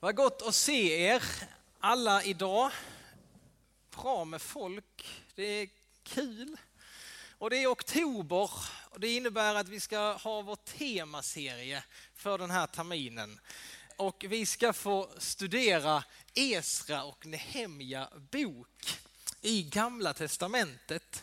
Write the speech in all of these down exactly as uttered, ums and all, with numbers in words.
Vad gott att se er alla idag. Bra med folk, det är kul. Och det är oktober och det innebär att vi ska ha vår temaserie för den här terminen. Och vi ska få studera Esra och Nehemja bok i Gamla testamentet.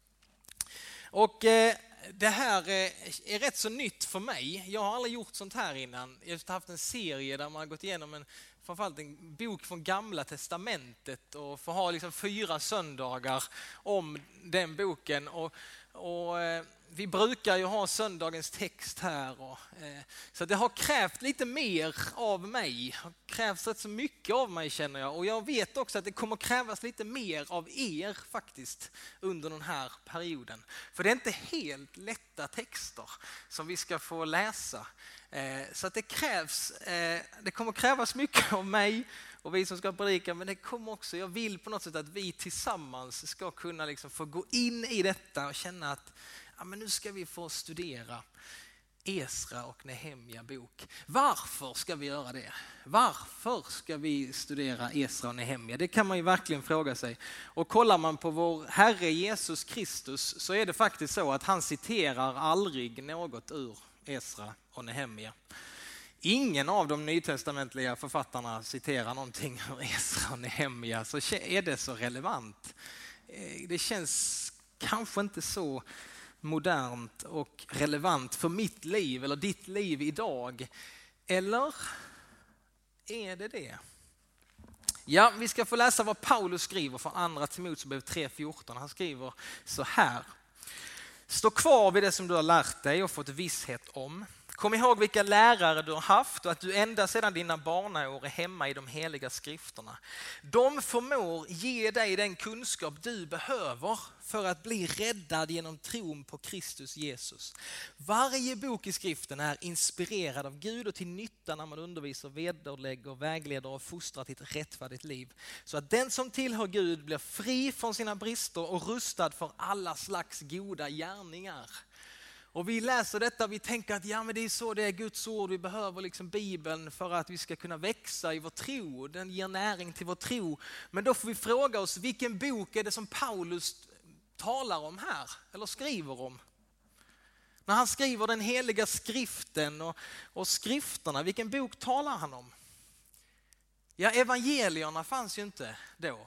Och eh, det här är, är rätt så nytt för mig. Jag har aldrig gjort sånt här innan. Jag har haft en serie där man har gått igenom en, framförallt en bok från Gamla testamentet och får ha liksom fyra söndagar om den boken. Och, och eh, vi brukar ju ha söndagens text här. Och, eh, så det har krävt lite mer av mig. Det har krävts rätt så mycket av mig känner jag. Och jag vet också att det kommer krävas lite mer av er faktiskt under den här perioden. För det är inte helt lätta texter som vi ska få läsa. Eh, så att det krävs, eh, det kommer krävas mycket av mig och vi som ska predika, men det kommer också, jag vill på något sätt att vi tillsammans ska kunna liksom få gå in i detta och känna att ja, men nu ska vi få studera Esra och Nehemja bok. Varför ska vi göra det? Varför ska vi studera Esra och Nehemja? Det kan man ju verkligen fråga sig. Och kollar man på vår Herre Jesus Kristus så är det faktiskt så att han citerar aldrig något ur Esra och Nehemja. Ingen av de nytestamentliga författarna citerar någonting ur Esra och Nehemja, så är det så relevant. Det känns kanske inte så modernt och relevant för mitt liv eller ditt liv idag. Eller är det det? Ja, vi ska få läsa vad Paulus skriver från andra Timoteusbrevet tre fjorton. Han skriver så här: stå kvar vid det som du har lärt dig och fått visshet om. Kom ihåg vilka lärare du har haft och att du ända sedan dina barnaår är hemma i de heliga skrifterna. De förmår ge dig den kunskap du behöver för att bli räddad genom tron på Kristus Jesus. Varje bok i skriften är inspirerad av Gud och till nytta när man undervisar, vederlägger, vägleder och fostrar till ett rättfärdigt liv. Så att den som tillhör Gud blir fri från sina brister och rustad för alla slags goda gärningar. Och vi läser detta, vi tänker att ja, men det är så, det är Guds ord, vi behöver liksom Bibeln för att vi ska kunna växa i vår tro. Den ger näring till vår tro. Men då får vi fråga oss, vilken bok är det som Paulus talar om här, eller skriver om? När han skriver den heliga skriften och, och skrifterna, vilken bok talar han om? Ja, evangelierna fanns ju inte då.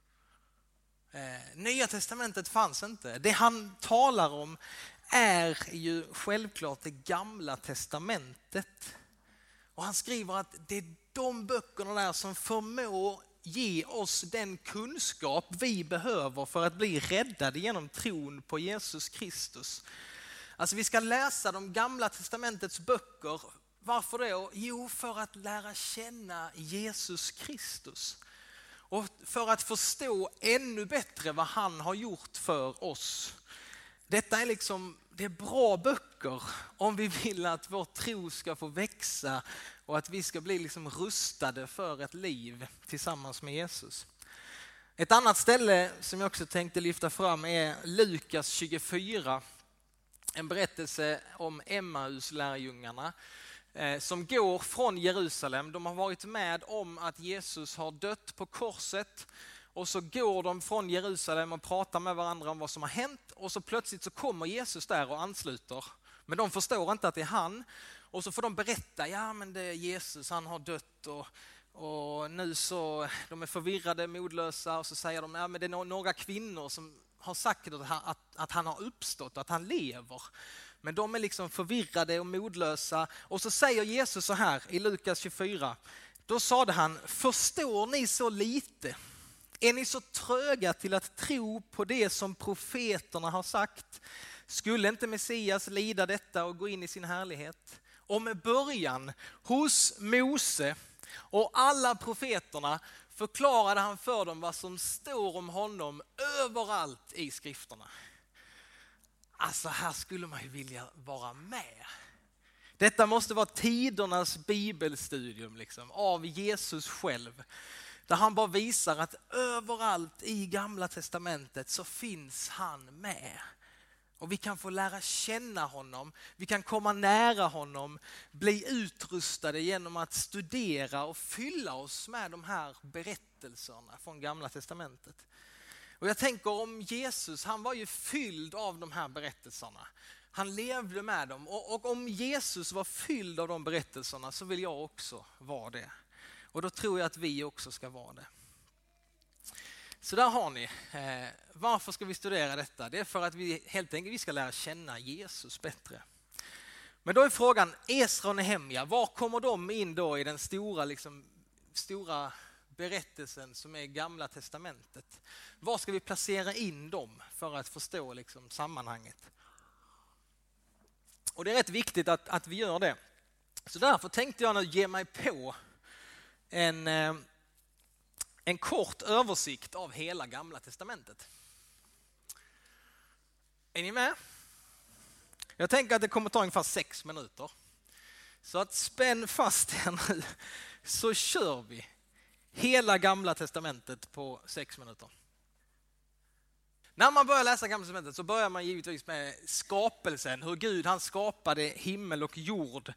Eh, Nya testamentet fanns inte. Det han talar om är ju självklart det Gamla testamentet. Och han skriver att det är de böckerna där som förmår ge oss den kunskap vi behöver för att bli räddade genom tron på Jesus Kristus. Alltså vi ska läsa de Gamla testamentets böcker. Varför då? Jo, för att lära känna Jesus Kristus. Och för att förstå ännu bättre vad han har gjort för oss. Detta är liksom, det är bra böcker om vi vill att vår tro ska få växa och att vi ska bli liksom rustade för ett liv tillsammans med Jesus. Ett annat ställe som jag också tänkte lyfta fram är Lukas tjugofyra. En berättelse om Emmaus-lärjungarna som går från Jerusalem. De har varit med om att Jesus har dött på korset. Och så går de från Jerusalem och pratar med varandra om vad som har hänt. Och så plötsligt så kommer Jesus där och ansluter. Men de förstår inte att det är han. Och så får de berätta, ja men det är Jesus, han har dött. Och, och nu så, de är förvirrade, modlösa. Och så säger de, ja men det är några kvinnor som har sagt att han, att, att han har uppstått, att han lever. Men de är liksom förvirrade och modlösa. Och så säger Jesus så här i Lukas tjugofyra. Då sade han, förstår ni så lite? Är ni så tröga till att tro på det som profeterna har sagt? Skulle inte Messias lida detta och gå in i sin härlighet? Och med början hos Mose och alla profeterna förklarade han för dem vad som står om honom överallt i skrifterna. Alltså här skulle man ju vilja vara med. Detta måste vara tidernas bibelstudium liksom, av Jesus själv. Där han bara visar att överallt i Gamla testamentet så finns han med. Och vi kan få lära känna honom, vi kan komma nära honom, bli utrustade genom att studera och fylla oss med de här berättelserna från Gamla testamentet. Och jag tänker om Jesus, han var ju fylld av de här berättelserna. Han levde med dem och, och om Jesus var fylld av de berättelserna så vill jag också vara det. Och då tror jag att vi också ska vara det. Så där har ni. Eh, varför ska vi studera detta? Det är för att vi helt enkelt vi ska lära känna Jesus bättre. Men då är frågan, Esra och Nehemja, var kommer de in då i den stora, liksom, stora berättelsen som är Gamla testamentet? Var ska vi placera in dem för att förstå liksom, sammanhanget? Och det är rätt viktigt att, att vi gör det. Så därför tänkte jag nu ge mig på en... Eh, En kort översikt av hela Gamla testamentet. Är ni med? Jag tänker att det kommer ta ungefär sex minuter. Så att spänn fast er nu så kör vi hela Gamla testamentet på sex minuter. När man börjar läsa Gamla testamentet så börjar man givetvis med skapelsen. Hur Gud han skapade himmel och jord.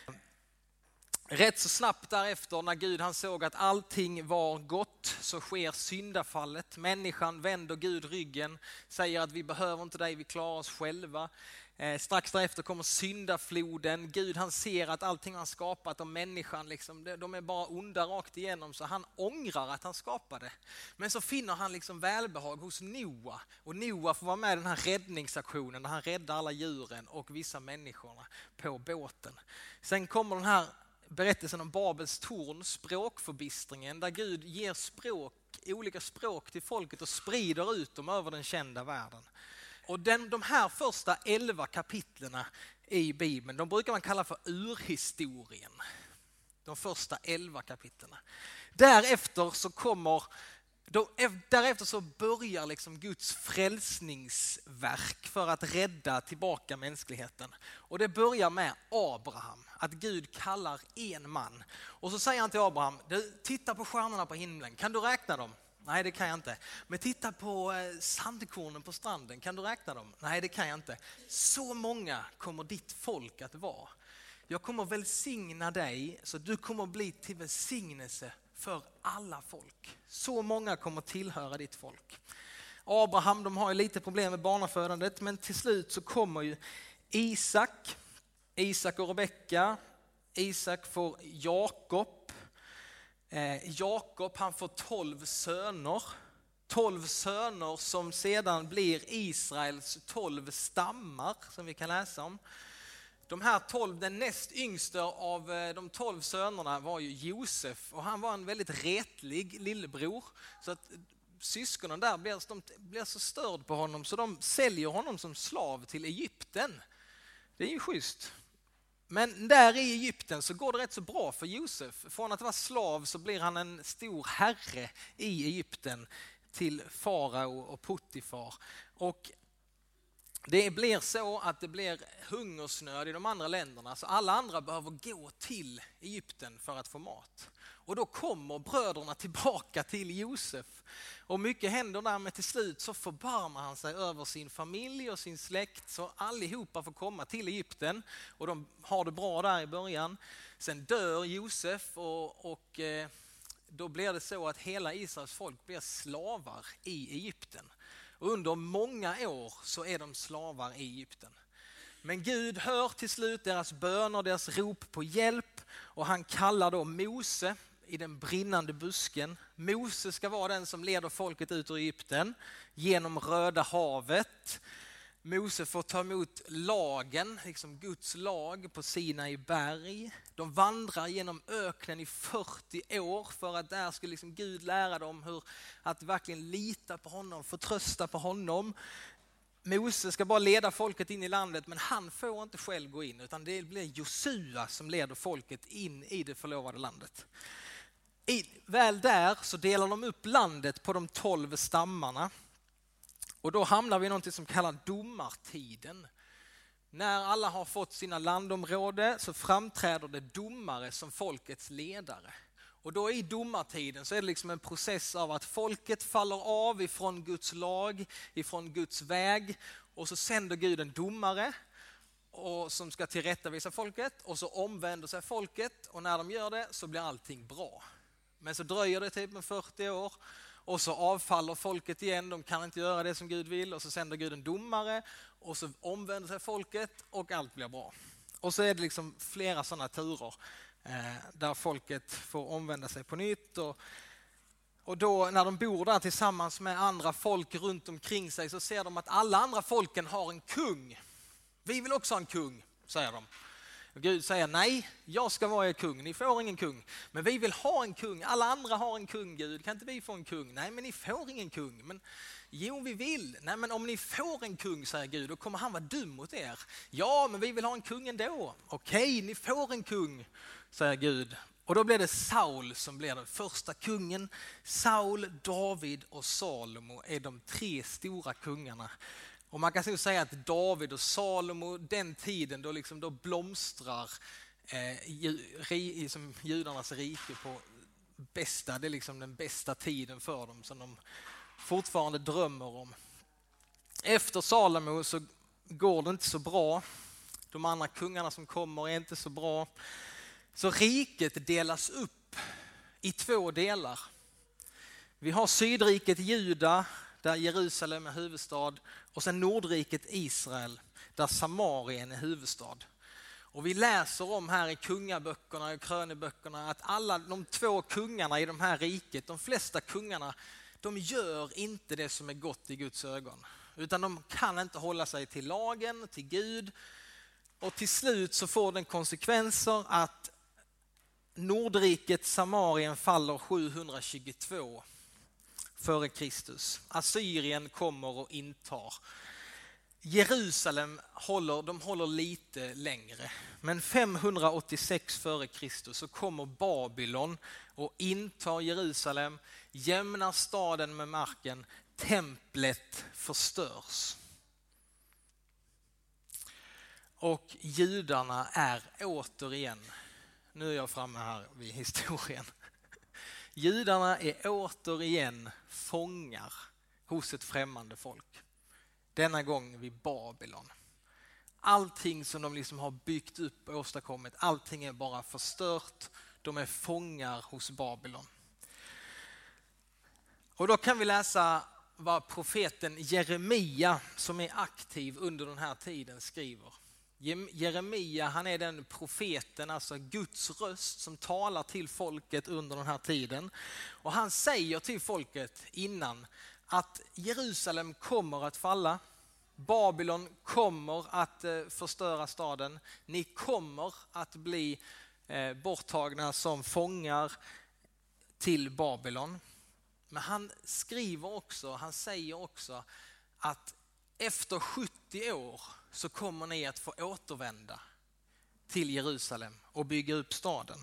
Rätt så snabbt därefter när Gud han såg att allting var gott så sker syndafallet. Människan vänder Gud ryggen, säger att vi behöver inte dig, vi klarar oss själva. Eh, strax därefter kommer syndafloden. Gud han ser att allting han skapat och människan liksom, de är bara onda rakt igenom så han ångrar att han skapade. Men så finner han liksom välbehag hos Noa och Noa får vara med i den här räddningsaktionen där han räddar alla djuren och vissa människorna på båten. Sen kommer den här berättelsen om Babels torn, språkförbistringen, där Gud ger språk, olika språk till folket och sprider ut dem över den kända världen. Och den, de här första elva kapitlerna i Bibeln, de brukar man kalla för urhistorien. De första elva kapitlerna. Därefter så kommer Då, därefter så börjar liksom Guds frälsningsverk för att rädda tillbaka mänskligheten. Och det börjar med Abraham, att Gud kallar en man. Och så säger han till Abraham, du, titta på stjärnorna på himlen, kan du räkna dem? Nej, det kan jag inte. Men titta på sandkornen på stranden, kan du räkna dem? Nej, det kan jag inte. Så många kommer ditt folk att vara. Jag kommer välsigna dig så du kommer bli till välsignelse för alla folk. Så många kommer tillhöra ditt folk. Abraham, de har ju lite problem med barnafödandet, men till slut så kommer ju Isak, Isak och Rebecka. Isak får Jakob. Eh, Jakob han får tolv söner. Tolv söner som sedan blir Israels tolv stammar som vi kan läsa om. De här tolv, den näst yngsta av de tolv sönerna var ju Josef och han var en väldigt retlig lillebror så att syskonen där blir, de blir så störd på honom så de säljer honom som slav till Egypten. Det är ju schysst. Men där i Egypten så går det rätt så bra för Josef. Från att vara slav så blir han en stor herre i Egypten till farao och Potifar. Och det blir så att det blir hungersnöd i de andra länderna så alla andra behöver gå till Egypten för att få mat. Och då kommer bröderna tillbaka till Josef. Och mycket händer där men till slut så förbarmar han sig över sin familj och sin släkt så allihopa får komma till Egypten och de har det bra där i början. Sen dör Josef och, och eh, då blir det så att hela Israels folk blir slavar i Egypten. Och under många år så är de slavar i Egypten. Men Gud hör till slut deras böner, deras rop på hjälp och han kallar då Mose i den brinnande busken. Mose ska vara den som leder folket ut ur Egypten genom Röda havet. Mose får ta emot lagen, liksom Guds lag på Sinai berg. De vandrar genom öknen i fyrtio år för att där skulle liksom Gud lära dem hur att verkligen lita på honom, förtrösta på honom. Mose ska bara leda folket in i landet men han får inte själv gå in utan det blir Josua som leder folket in i det förlovade landet. I, väl där så delar de upp landet på de tolv stammarna. Och då hamnar vi i något som kallas domartiden. När alla har fått sina landområden så framträder det domare som folkets ledare. Och då i domartiden så är det liksom en process av att folket faller av ifrån Guds lag, ifrån Guds väg. och så sänder Gud en domare och som ska tillrättavisa folket, och så omvänder sig folket, och när de gör det så blir allting bra. Men så dröjer det typ med fyrtio år och så avfaller folket igen, de kan inte göra det som Gud vill, och så sänder Gud en domare och så omvänder sig folket och allt blir bra. Och så är det liksom flera sådana turer eh, där folket får omvända sig på nytt, och, och då när de bor där tillsammans med andra folk runt omkring sig så ser de att alla andra folken har en kung. Vi vill också ha en kung, säger de. Och Gud säger nej, jag ska vara er kung, ni får ingen kung. Men vi vill ha en kung, alla andra har en kung, Gud, kan inte vi få en kung? Nej, men ni får ingen kung. Men jo, vi vill. Nej, men om ni får en kung, säger Gud, då kommer han vara dum mot er. Ja, men vi vill ha en kung ändå. Okej, ni får en kung, säger Gud. Och då blir det Saul som blir den första kungen. Saul, David och Salomo är de tre stora kungarna. Och man kan säga att David och Salomo, den tiden då, liksom, då blomstrar eh, ju, som judarnas rike på bästa, det är liksom den bästa tiden för dem som de fortfarande drömmer om. Efter Salomo så går det inte så bra. De andra kungarna som kommer är inte så bra. Så riket delas upp i två delar. Vi har sydriket Juda, där Jerusalem är huvudstad, och sen nordriket Israel, där Samarien är huvudstad. Och vi läser om här i kungaböckerna och kröniböckerna att alla de två kungarna i de här riket, de flesta kungarna, de gör inte det som är gott i Guds ögon. Utan de kan inte hålla sig till lagen, till Gud. Och till slut så får den konsekvenser att nordriket Samarien faller sjuhundratjugotvå före Kristus. Assyrien kommer och intar. Jerusalem håller, de håller lite längre. Men femhundraåttiosex före Kristus så kommer Babylon och intar Jerusalem, jämnar staden med marken, templet förstörs. Och judarna är återigen, nu är jag framme här vid historien. Judarna är återigen fångar hos ett främmande folk. Denna gång vid Babylon. Allting som de liksom har byggt upp och åstadkommit, allting är bara förstört. De är fångar hos Babylon. Och då kan vi läsa vad profeten Jeremia, som är aktiv under den här tiden, skriver. Jeremia, han är den profeten, alltså Guds röst som talar till folket under den här tiden. Och han säger till folket innan att Jerusalem kommer att falla. Babylon kommer att förstöra staden. Ni kommer att bli borttagna som fångar till Babylon. Men han skriver också, han säger också att efter sjuttio år så kommer ni att få återvända till Jerusalem och bygga upp staden.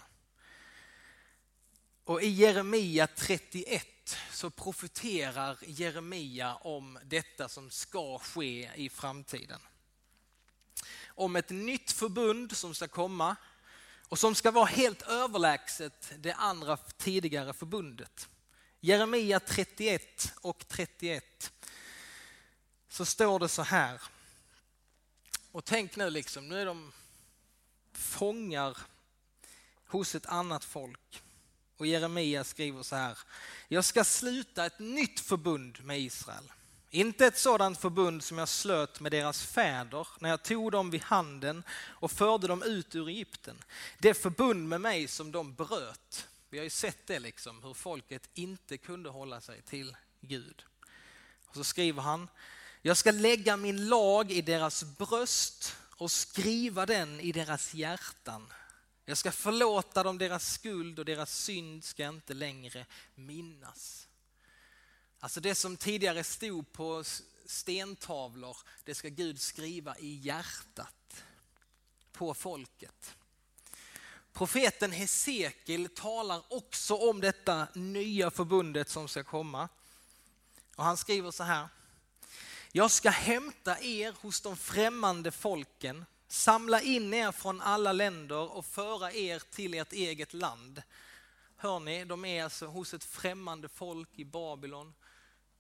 Och i Jeremia trettioett så profeterar Jeremia om detta som ska ske i framtiden. Om ett nytt förbund som ska komma och som ska vara helt överlägset det andra tidigare förbundet. Jeremia trettioett och trettioett så står det så här. Och tänk nu liksom, nu är de fångar hos ett annat folk. Och Jeremia skriver så här: jag ska sluta ett nytt förbund med Israel. Inte ett sådant förbund som jag slöt med deras fäder när jag tog dem vid handen och förde dem ut ur Egypten. Det förbund med mig som de bröt. Vi har ju sett det liksom, hur folket inte kunde hålla sig till Gud. Och så skriver han: jag ska lägga min lag i deras bröst och skriva den i deras hjärtan. Jag ska förlåta dem deras skuld och deras synd ska inte längre minnas. Alltså det som tidigare stod på stentavlor, det ska Gud skriva i hjärtat på folket. Profeten Hesekiel talar också om detta nya förbundet som ska komma. Och han skriver så här: jag ska hämta er hos de främmande folken, samla in er från alla länder och föra er till ert eget land. Hör ni, de är alltså hos ett främmande folk i Babylon.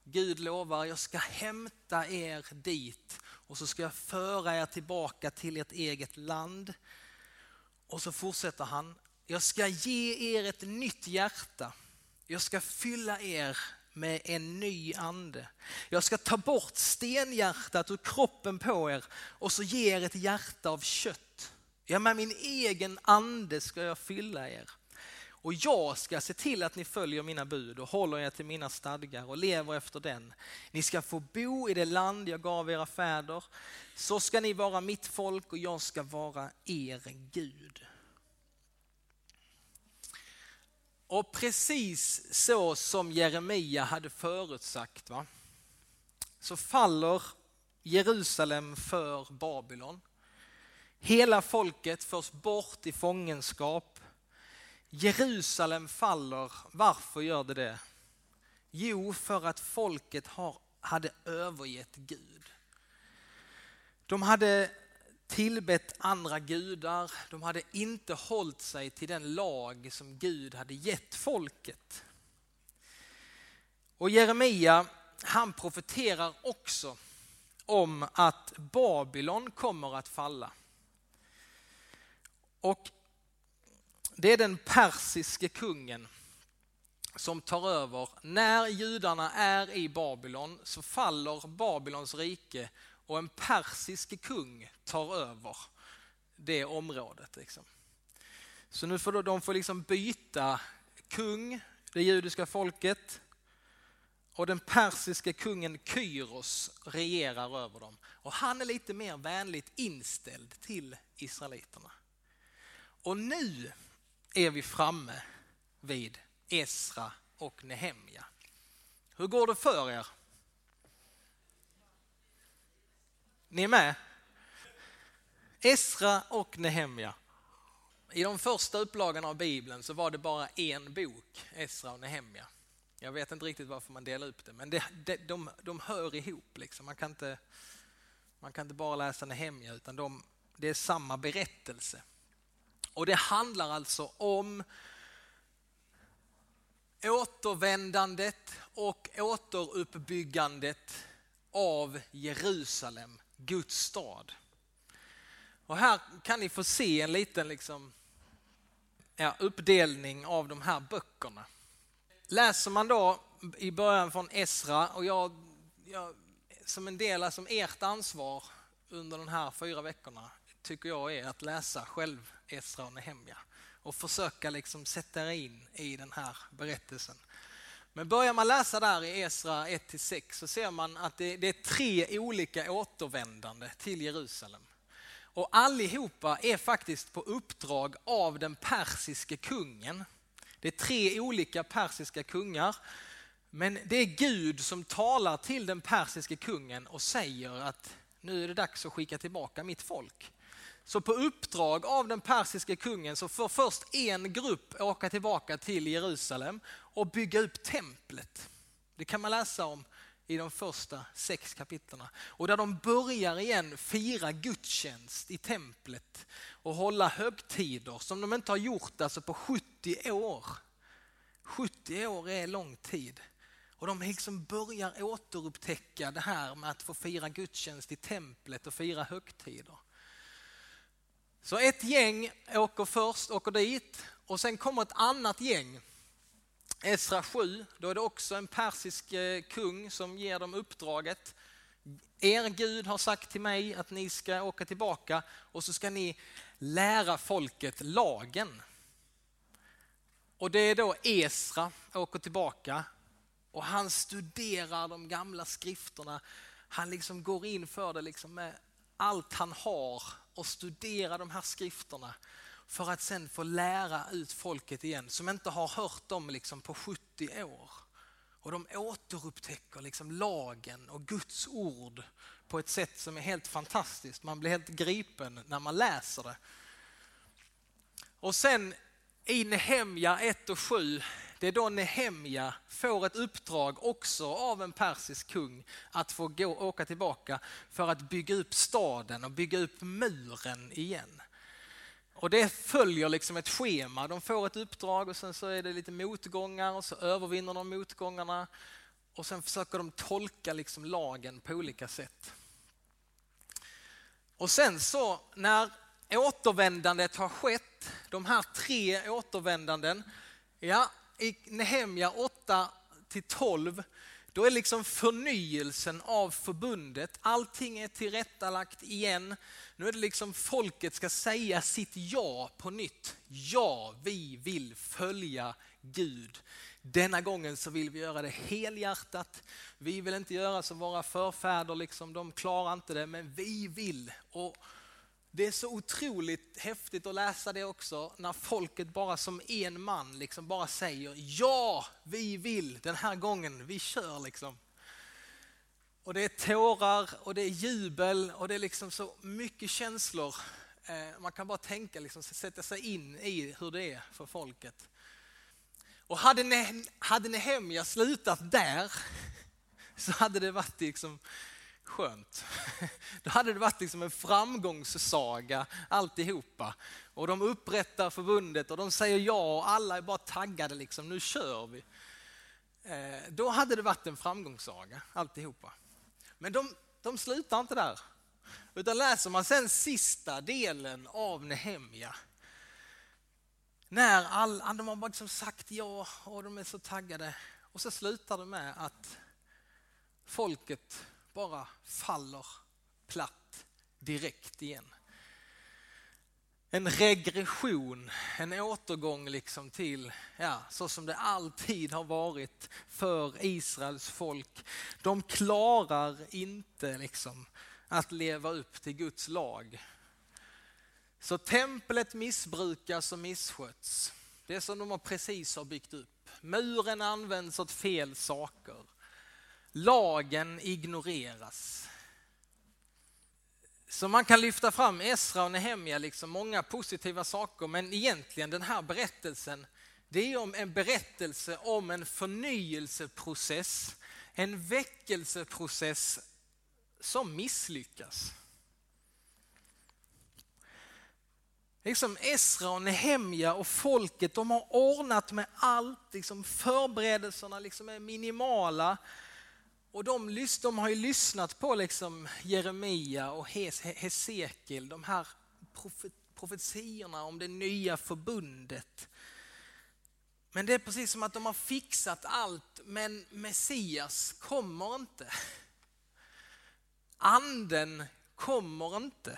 Gud lovar, jag ska hämta er dit och så ska jag föra er tillbaka till ert eget land. Och så fortsätter han, jag ska ge er ett nytt hjärta. Jag ska fylla er med en ny ande. Jag ska ta bort stenhjärtat ur kroppen på er och så ge er ett hjärta av kött. Ja, med min egen ande ska jag fylla er. Och jag ska se till att ni följer mina bud och håller er till mina stadgar och lever efter den. Ni ska få bo i det land jag gav era fäder. Så ska ni vara mitt folk och jag ska vara er Gud. Och precis så som Jeremia hade förutsagt, va? Så faller Jerusalem för Babylon. Hela folket förs bort i fångenskap. Jerusalem faller. Varför gör det det? Jo, för att folket har, hade övergett Gud. De hade tillbett andra gudar. De hade inte hållit sig till den lag som Gud hade gett folket. Och Jeremia, han profeterar också om att Babylon kommer att falla. Och det är den persiske kungen som tar över. När judarna är i Babylon så faller Babylons rike och en persisk kung tar över det området. Liksom. Så nu får de får liksom byta kung, det judiska folket, och den persiska kungen Kyros regerar över dem. Och han är lite mer vänligt inställd till israeliterna. Och nu är vi framme vid Esra och Nehemja. Hur går det för er? Ni är med? Esra och Nehemja. I de första upplagorna av Bibeln så var det bara en bok, Esra och Nehemja. Jag vet inte riktigt varför man delar upp det, men det, det, de, de hör ihop. Liksom. Man, kan inte, man kan inte bara läsa Nehemja, utan de, det är samma berättelse. Och det handlar alltså om återvändandet och återuppbyggandet av Jerusalem, Guds stad. Och här kan ni få se en liten liksom, ja, uppdelning av de här böckerna. Läser man då i början från Esra, och jag, jag som en del av som ert ansvar under de här fyra veckorna tycker jag är att läsa själv Esra och Nehemja och försöka liksom sätta er in i den här berättelsen. Men börjar man läsa där i Esra ett till sex så ser man att det, det är tre olika återvändande till Jerusalem. Och allihopa är faktiskt på uppdrag av den persiske kungen. Det är tre olika persiska kungar. Men det är Gud som talar till den persiske kungen och säger att nu är det dags att skicka tillbaka mitt folk. Så på uppdrag av den persiska kungen så får först en grupp åka tillbaka till Jerusalem och bygga upp templet. Det kan man läsa om i de första sex kapitlerna. Och där de börjar igen fira gudstjänst i templet och hålla högtider som de inte har gjort alltså på sjuttio år. sjuttio år är lång tid. Och de liksom börjar återupptäcka det här med att få fira gudstjänst i templet och fira högtider. Så ett gäng åker först, åker dit, och sen kommer ett annat gäng. Esra sju, då är det också en persisk kung som ger dem uppdraget. Er Gud har sagt till mig att ni ska åka tillbaka och så ska ni lära folket lagen. Och det är då Esra åker tillbaka och han studerar de gamla skrifterna. Han liksom går in för det liksom med allt han har och studerar de här skrifterna för att sen få lära ut folket igen som inte har hört dem liksom på sjuttio år. Och de återupptäcker liksom lagen och Guds ord på ett sätt som är helt fantastiskt. Man blir helt gripen när man läser det. Och sen i Nehemja ett och sju, det är då Nehemja får ett uppdrag också av en persisk kung att få gå, åka tillbaka för att bygga upp staden och bygga upp muren igen. Och det följer liksom ett schema. De får ett uppdrag och sen så är det lite motgångar och så övervinner de motgångarna. Och sen försöker de tolka liksom lagen på olika sätt. Och sen så när återvändandet har skett, de här tre återvändanden, ja, i Nehemja åtta till tolv, då är liksom förnyelsen av förbundet, allting är tillrättalagt igen. Nu är det liksom folket ska säga sitt ja på nytt. Ja, vi vill följa Gud. Denna gången så vill vi göra det helhjärtat. Vi vill inte göra som våra förfäder, liksom, de klarar inte det, men vi vill. Och det är så otroligt häftigt att läsa det också, när folket bara som en man liksom bara säger ja, vi vill den här gången, vi kör liksom. Och det är tårar och det är jubel och det är liksom så mycket känslor. Eh, man kan bara tänka, liksom, sätta sig in i hur det är för folket. Och hade, ne- hade Nehemja slutat där så hade det varit liksom skönt. Då hade det varit liksom en framgångssaga alltihopa. Och de upprättar förbundet och de säger ja och alla är bara taggade liksom, nu kör vi. Eh, då hade det varit en framgångssaga alltihopa. Men de, de slutar inte där. Utan läser man sen sista delen av Nehemja. När all, de har bara liksom sagt ja och de är så taggade. Och så slutar det med att folket bara faller platt direkt igen. En regression, en återgång liksom till ja, så som det alltid har varit för Israels folk. De klarar inte liksom att leva upp till Guds lag. Så templet missbrukas och missköts. Det som de har precis har byggt upp. Muren används åt fel saker. Lagen ignoreras. Så man kan lyfta fram Esra och Nehemja, liksom många positiva saker, men egentligen den här berättelsen, det är om en berättelse om en förnyelseprocess, en väckelseprocess som misslyckas. Liksom Esra och Nehemja och folket, de har ordnat med allt, liksom förberedelserna liksom är minimala. Och de, de har ju lyssnat på liksom Jeremia och Hesekiel, de här profetiorna om det nya förbundet. Men det är precis som att de har fixat allt, men Messias kommer inte. Anden kommer inte.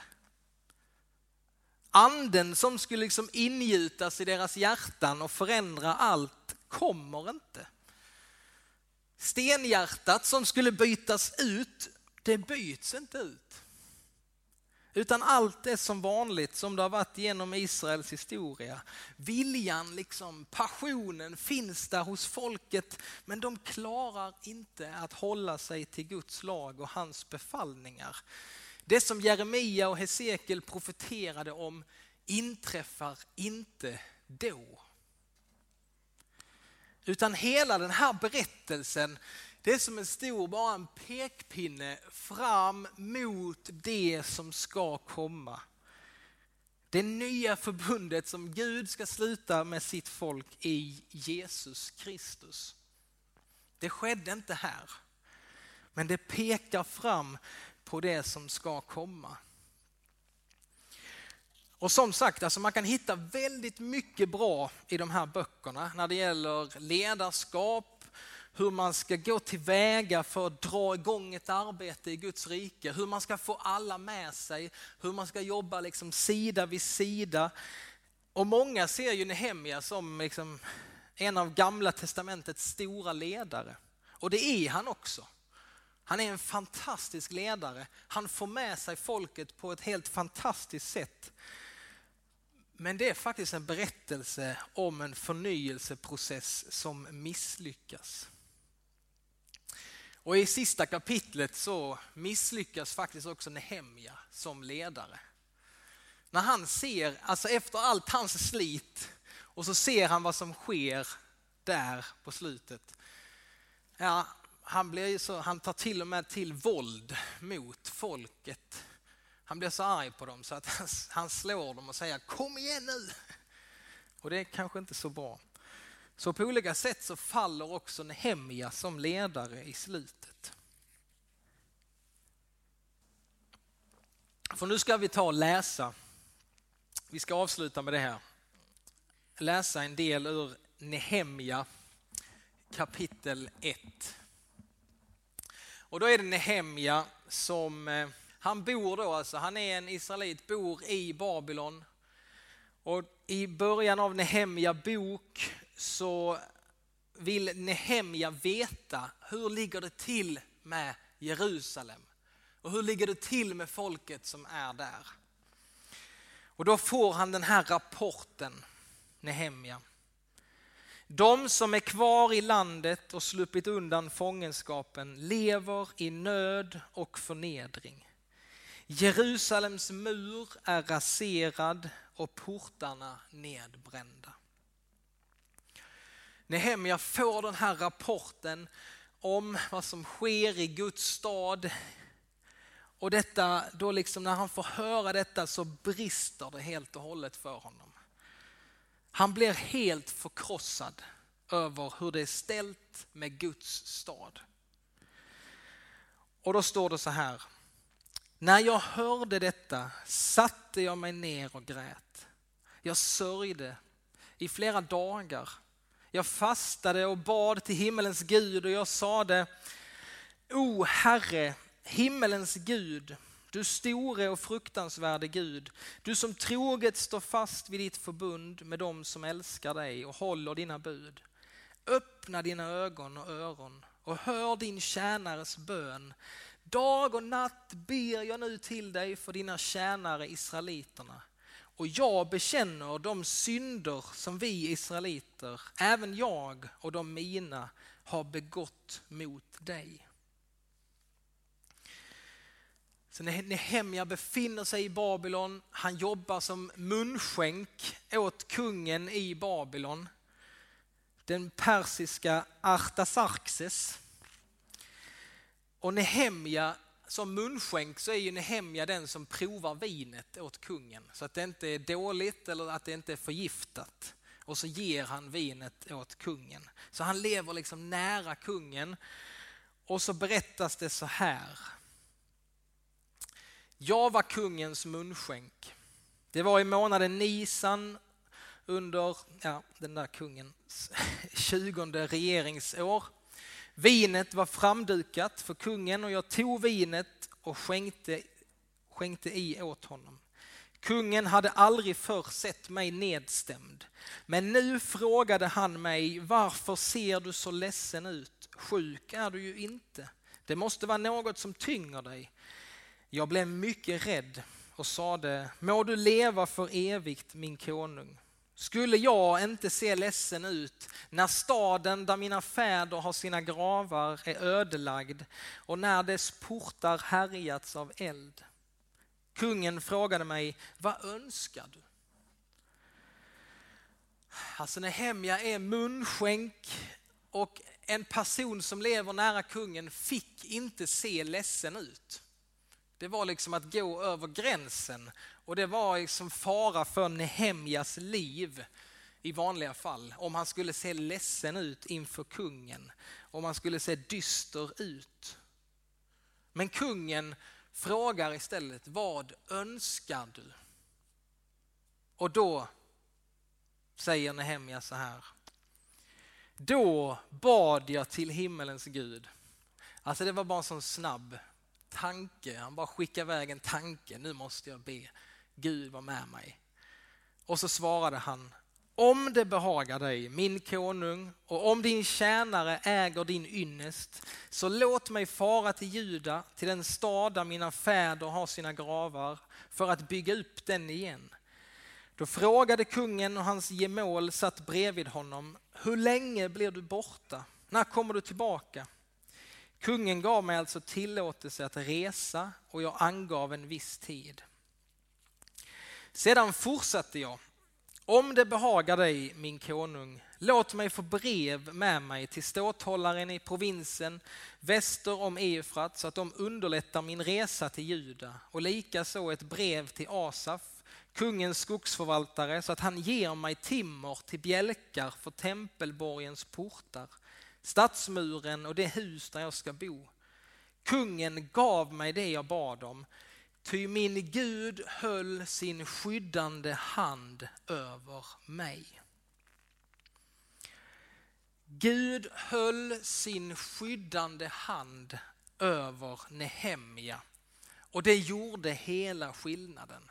Anden som skulle liksom ingjutas i deras hjärtan och förändra allt kommer inte. Stenhjärtat som skulle bytas ut, det byts inte ut. Utan allt är som vanligt som det har varit genom Israels historia. Viljan, liksom, passionen finns där hos folket, men de klarar inte att hålla sig till Guds lag och hans befallningar. Det som Jeremia och Hesekiel profeterade om inträffar inte då. Utan hela den här berättelsen, det är som en stor bara en pekpinne fram mot det som ska komma. Det nya förbundet som Gud ska sluta med sitt folk i Jesus Kristus. Det skedde inte här, men det pekar fram på det som ska komma. Och som sagt, alltså man kan hitta väldigt mycket bra i de här böckerna när det gäller ledarskap, hur man ska gå tillväga för att dra igång ett arbete i Guds rike, hur man ska få alla med sig, hur man ska jobba liksom sida vid sida. Och många ser ju Nehemja som liksom en av Gamla testamentets stora ledare. Och det är han också. Han är en fantastisk ledare. Han får med sig folket på ett helt fantastiskt sätt. Men det är faktiskt en berättelse om en förnyelseprocess som misslyckas. Och i sista kapitlet så misslyckas faktiskt också Nehemja som ledare. När han ser, alltså efter allt hans slit, och så ser han vad som sker där på slutet. Ja, han blir ju så, han tar till och med till våld mot folket. Han blir så arg på dem så att han slår dem och säger kom igen nu. Och det är kanske inte så bra. Så på olika sätt så faller också Nehemja som ledare i slutet. För nu ska vi ta och läsa. Vi ska avsluta med det här. Läsa en del ur Nehemja kapitel ett. Och då är det Nehemja som, han bor då alltså, han är en israelit, bor i Babylon. Och i början av Nehemja bok så vill Nehemja veta hur ligger det till med Jerusalem. Och hur ligger det till med folket som är där. Och då får han den här rapporten, Nehemja. De som är kvar i landet och sluppit undan fångenskapen lever i nöd och förnedring. Jerusalems mur är raserad och portarna nedbrända. Nehemja får den här rapporten om vad som sker i Guds stad. Och detta, då liksom när han får höra detta så brister det helt och hållet för honom. Han blir helt förkrossad över hur det är ställt med Guds stad. Och då står det så här. När jag hörde detta satte jag mig ner och grät. Jag sörjde i flera dagar. Jag fastade och bad till himmelens Gud och jag sade: O Herre, himmelens Gud, du store och fruktansvärde Gud, du som troget står fast vid ditt förbund med dem som älskar dig och håller dina bud. Öppna dina ögon och öron och hör din tjänares bön. Dag och natt ber jag nu till dig för dina tjänare israeliterna. Och jag bekänner de synder som vi israeliter, även jag och de mina, har begått mot dig. Så när Nehemja befinner sig i Babylon, han jobbar som munskänk åt kungen i Babylon, den persiska Artaxerxes. Och Nehemja, som munskänk så är ju Nehemja den som provar vinet åt kungen. Så att det inte är dåligt eller att det inte är förgiftat. Och så ger han vinet åt kungen. Så han lever liksom nära kungen. Och så berättas det så här. Jag var kungens munskänk. Det var i månaden Nisan under ja, den där kungens tjugonde regeringsår. Vinet var framdukat för kungen och jag tog vinet och skänkte, skänkte i åt honom. Kungen hade aldrig förr sett mig nedstämd. Men nu frågade han mig: varför ser du så ledsen ut? Sjuk är du ju inte. Det måste vara något som tynger dig. Jag blev mycket rädd och sade: må du leva för evigt, min konung. Skulle jag inte se ledsen ut när staden där mina fäder har sina gravar är ödelagd och när dess portar härjats av eld? Kungen frågade mig: vad önskar du? Alltså Nehemja är munskänk och en person som lever nära kungen fick inte se ledsen ut. Det var liksom att gå över gränsen och det var liksom fara för Nehemjas liv i vanliga fall. Om han skulle se ledsen ut inför kungen, om han skulle se dyster ut. Men kungen frågar istället: vad önskar du? Och då säger Nehemja så här: då bad jag till himmelens Gud. Alltså det var bara en sån snabb tanke. Han bara skickade iväg en tanke. Nu måste jag be Gud vara med mig. Och så svarade han: om det behagar dig, min konung, och om din tjänare äger din ynnest, så låt mig fara till Juda, till den stad där mina fäder har sina gravar, för att bygga upp den igen. Då frågade kungen och hans gemål satt bredvid honom: hur länge blir du borta? När kommer du tillbaka? Kungen gav mig alltså tillåtelse att resa och jag angav en viss tid. Sedan fortsatte jag: om det behagar dig, min konung, låt mig få brev med mig till ståthållaren i provinsen väster om Eufrat så att de underlättar min resa till Juda, och likaså ett brev till Asaf, kungens skogsförvaltare, så att han ger mig timmer till bjälkar för tempelborgens portar, stadsmuren och det hus där jag ska bo. Kungen gav mig det jag bad om, ty min Gud höll sin skyddande hand över mig. Gud höll sin skyddande hand över Nehemja, och det gjorde hela skillnaden.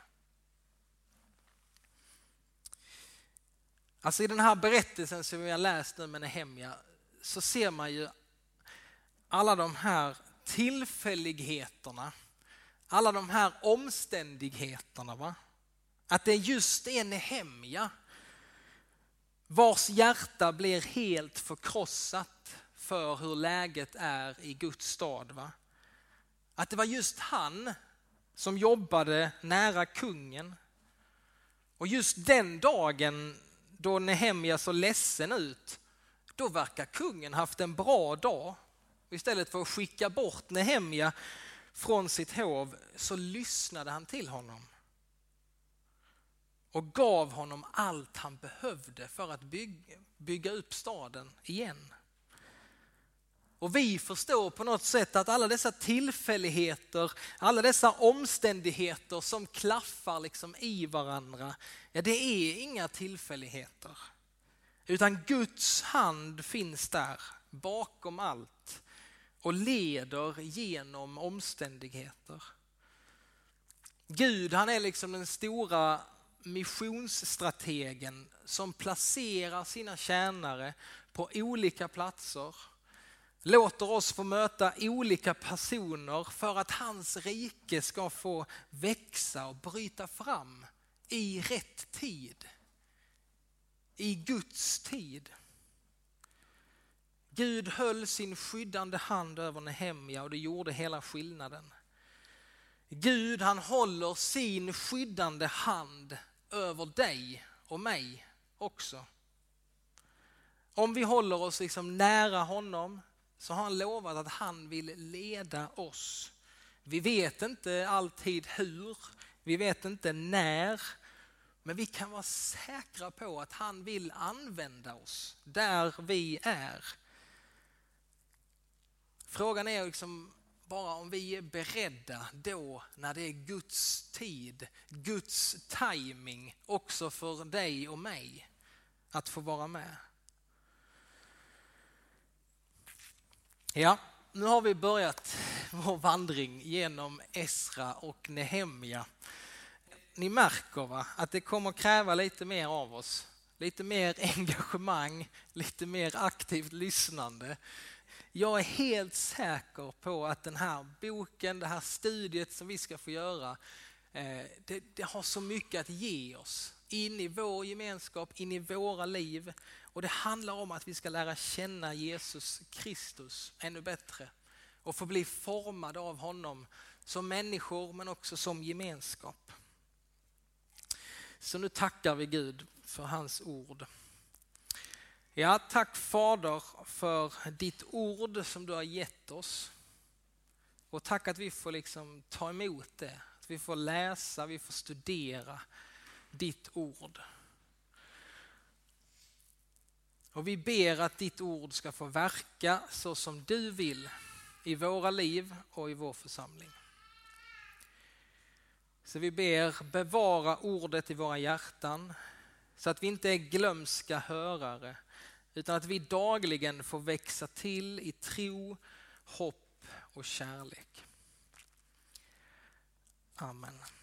Alltså i den här berättelsen som vi har läst nu med Nehemja, så ser man ju alla de här tillfälligheterna, alla de här omständigheterna, va? Att det just är Nehemja vars hjärta blir helt förkrossat för hur läget är i Guds stad, va? Att det var just han som jobbade nära kungen, och just den dagen då Nehemja så ledsen ut, då verkar kungen haft en bra dag. Istället för att skicka bort Nehemja från sitt hov, så lyssnade han till honom och gav honom allt han behövde för att bygga, bygga upp staden igen. Och vi förstår på något sätt att alla dessa tillfälligheter, alla dessa omständigheter som klaffar liksom i varandra, ja, det är inga tillfälligheter. Utan Guds hand finns där bakom allt och leder genom omständigheter. Gud, han är liksom den stora missionsstrategen som placerar sina tjänare på olika platser, låter oss få möta olika personer för att hans rike ska få växa och bryta fram i rätt tid, i Guds tid. Gud höll sin skyddande hand över Nehemja, och det gjorde hela skillnaden. Gud, han håller sin skyddande hand över dig och mig också. Om vi håller oss liksom nära honom, så har han lovat att han vill leda oss. Vi vet inte alltid hur, vi vet inte när, men vi kan vara säkra på att han vill använda oss där vi är. Frågan är liksom bara om vi är beredda då när det är Guds tid, Guds timing också för dig och mig att få vara med. Ja, nu har vi börjat vår vandring genom Esra och Nehemja. Ni märker, va, att det kommer kräva lite mer av oss. Lite mer engagemang, lite mer aktivt lyssnande. Jag är helt säker på att den här boken, det här studiet som vi ska få göra, det, det har så mycket att ge oss in i vår gemenskap, in i våra liv. Och det handlar om att vi ska lära känna Jesus Kristus ännu bättre och få bli formade av honom som människor, men också som gemenskap. Så nu tackar vi Gud för hans ord. Ja, tack Fader för ditt ord som du har gett oss. Och tack att vi får liksom ta emot det. Att vi får läsa, vi får studera ditt ord. Och vi ber att ditt ord ska få verka så som du vill i våra liv och i vår församling. Så vi ber, bevara ordet i våra hjärtan så att vi inte är glömska hörare, utan att vi dagligen får växa till i tro, hopp och kärlek. Amen.